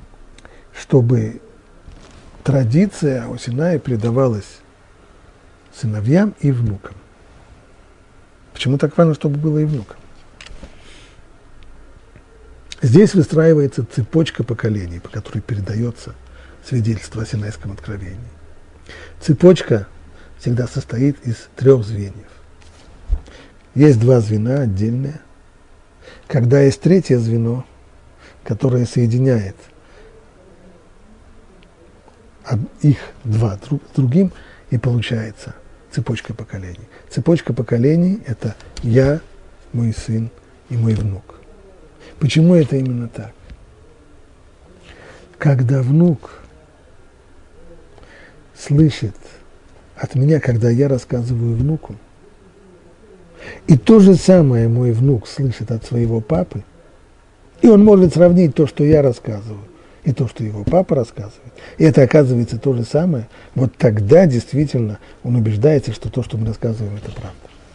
чтобы традиция о Синае передавалась сыновьям и внукам? Почему так важно, чтобы было и внукам? Здесь выстраивается цепочка поколений, по которой передается свидетельство о Синайском откровении. Цепочка всегда состоит из трех звеньев. Есть два звена отдельные. Когда есть третье звено, которое соединяет их два друг с другим, и получается цепочка поколений. Цепочка поколений – это я, мой сын и мой внук. Почему это именно так? Когда внук слышит от меня, когда я рассказываю внуку, и то же самое мой внук слышит от своего папы, и он может сравнить то, что я рассказываю, и то, что его папа рассказывает, и это оказывается то же самое, вот тогда действительно он убеждается, что то, что мы рассказываем, это правда.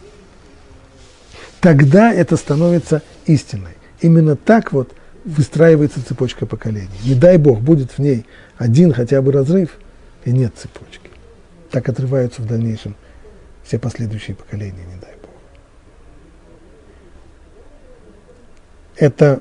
Тогда это становится истиной. Именно так вот выстраивается цепочка поколений. Не дай Бог, будет в ней один хотя бы разрыв, и нет цепочки. Так отрываются в дальнейшем все последующие поколения, не дай Бог. Это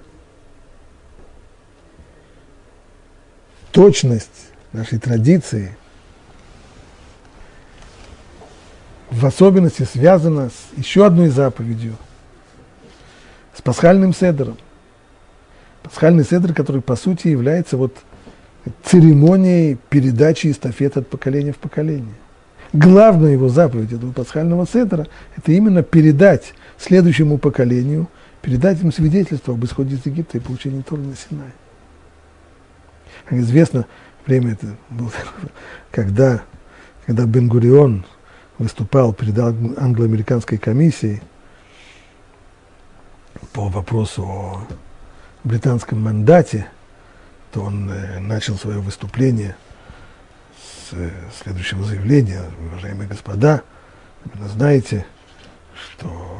точность нашей традиции в особенности связана с еще одной заповедью, с пасхальным седером. Пасхальный седер, который по сути является вот церемонией передачи эстафеты от поколения в поколение. Главная его заповедь этого пасхального седера – это именно передать следующему поколению, передать им свидетельство об исходе из Египта и получении Торы на Синае. Как известно, время это было, когда, когда Бен-Гурион выступал перед англо-американской комиссией по вопросу о британском мандате, то он э, начал свое выступление с э, следующего заявления: уважаемые господа, вы знаете, что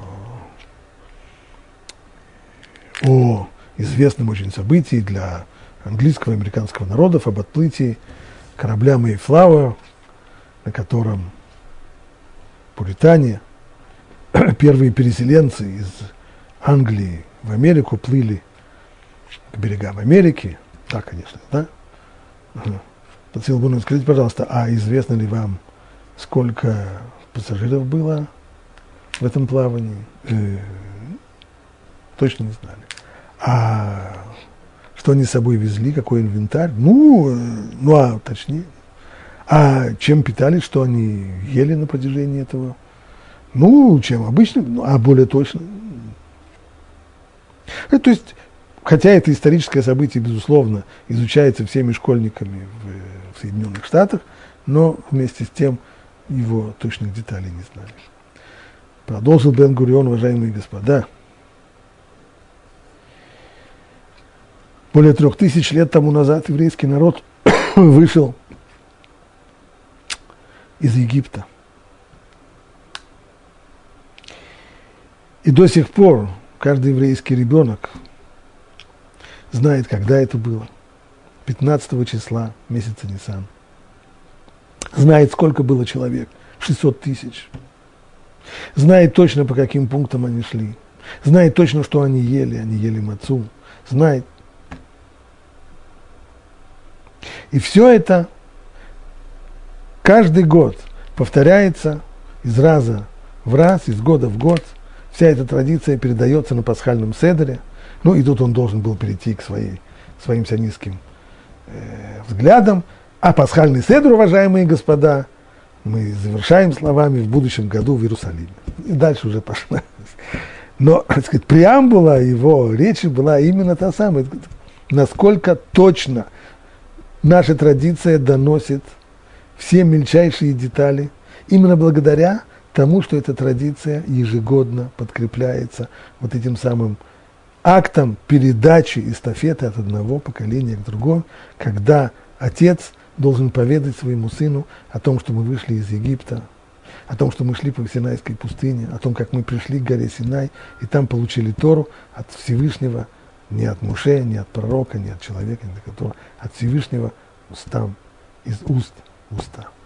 о известном очень событии для английского и американского народов об отплытии корабля Mayflower, на котором пуритане, первые переселенцы из Англии в Америку плыли к берегам Америки. Да, конечно, да? Подсел Бунин, скажите, пожалуйста, а известно ли вам, сколько пассажиров было в этом плавании? Э, точно не знали. А что они с собой везли, какой инвентарь? Ну, э, ну а точнее. А чем питались, что они ели на протяжении этого? Ну, чем обычно, ну, а более точно. Ну, то есть, хотя это историческое событие, безусловно, изучается всеми школьниками в, в Соединенных Штатах, но вместе с тем его точных деталей не знали. Продолжил Бен-Гурион, уважаемые господа. Более трех тысяч лет тому назад еврейский народ вышел из Египта. И до сих пор каждый еврейский ребенок знает, когда это было. пятнадцатого числа месяца Нисан. Знает, сколько было человек. шестьсот тысяч. Знает точно, по каким пунктам они шли. Знает точно, что они ели. Они ели мацу. Знает. И все это каждый год повторяется из раза в раз, из года в год. Вся эта традиция передается на пасхальном седере. Ну, и тут он должен был перейти к своей, своим сионистским э, взглядам. А пасхальный седер, уважаемые господа, мы завершаем словами «в будущем году в Иерусалиме». И дальше уже пошла. Но, так сказать, преамбула его речи была именно та самая. Насколько точно наша традиция доносит все мельчайшие детали, именно благодаря тому, что эта традиция ежегодно подкрепляется вот этим самым актом передачи эстафеты от одного поколения к другому, когда отец должен поведать своему сыну о том, что мы вышли из Египта, о том, что мы шли по Синайской пустыне, о том, как мы пришли к горе Синай, и там получили Тору от Всевышнего, не от Муше, не от пророка, не от человека, не от которого, от Всевышнего устам, из уст в уста.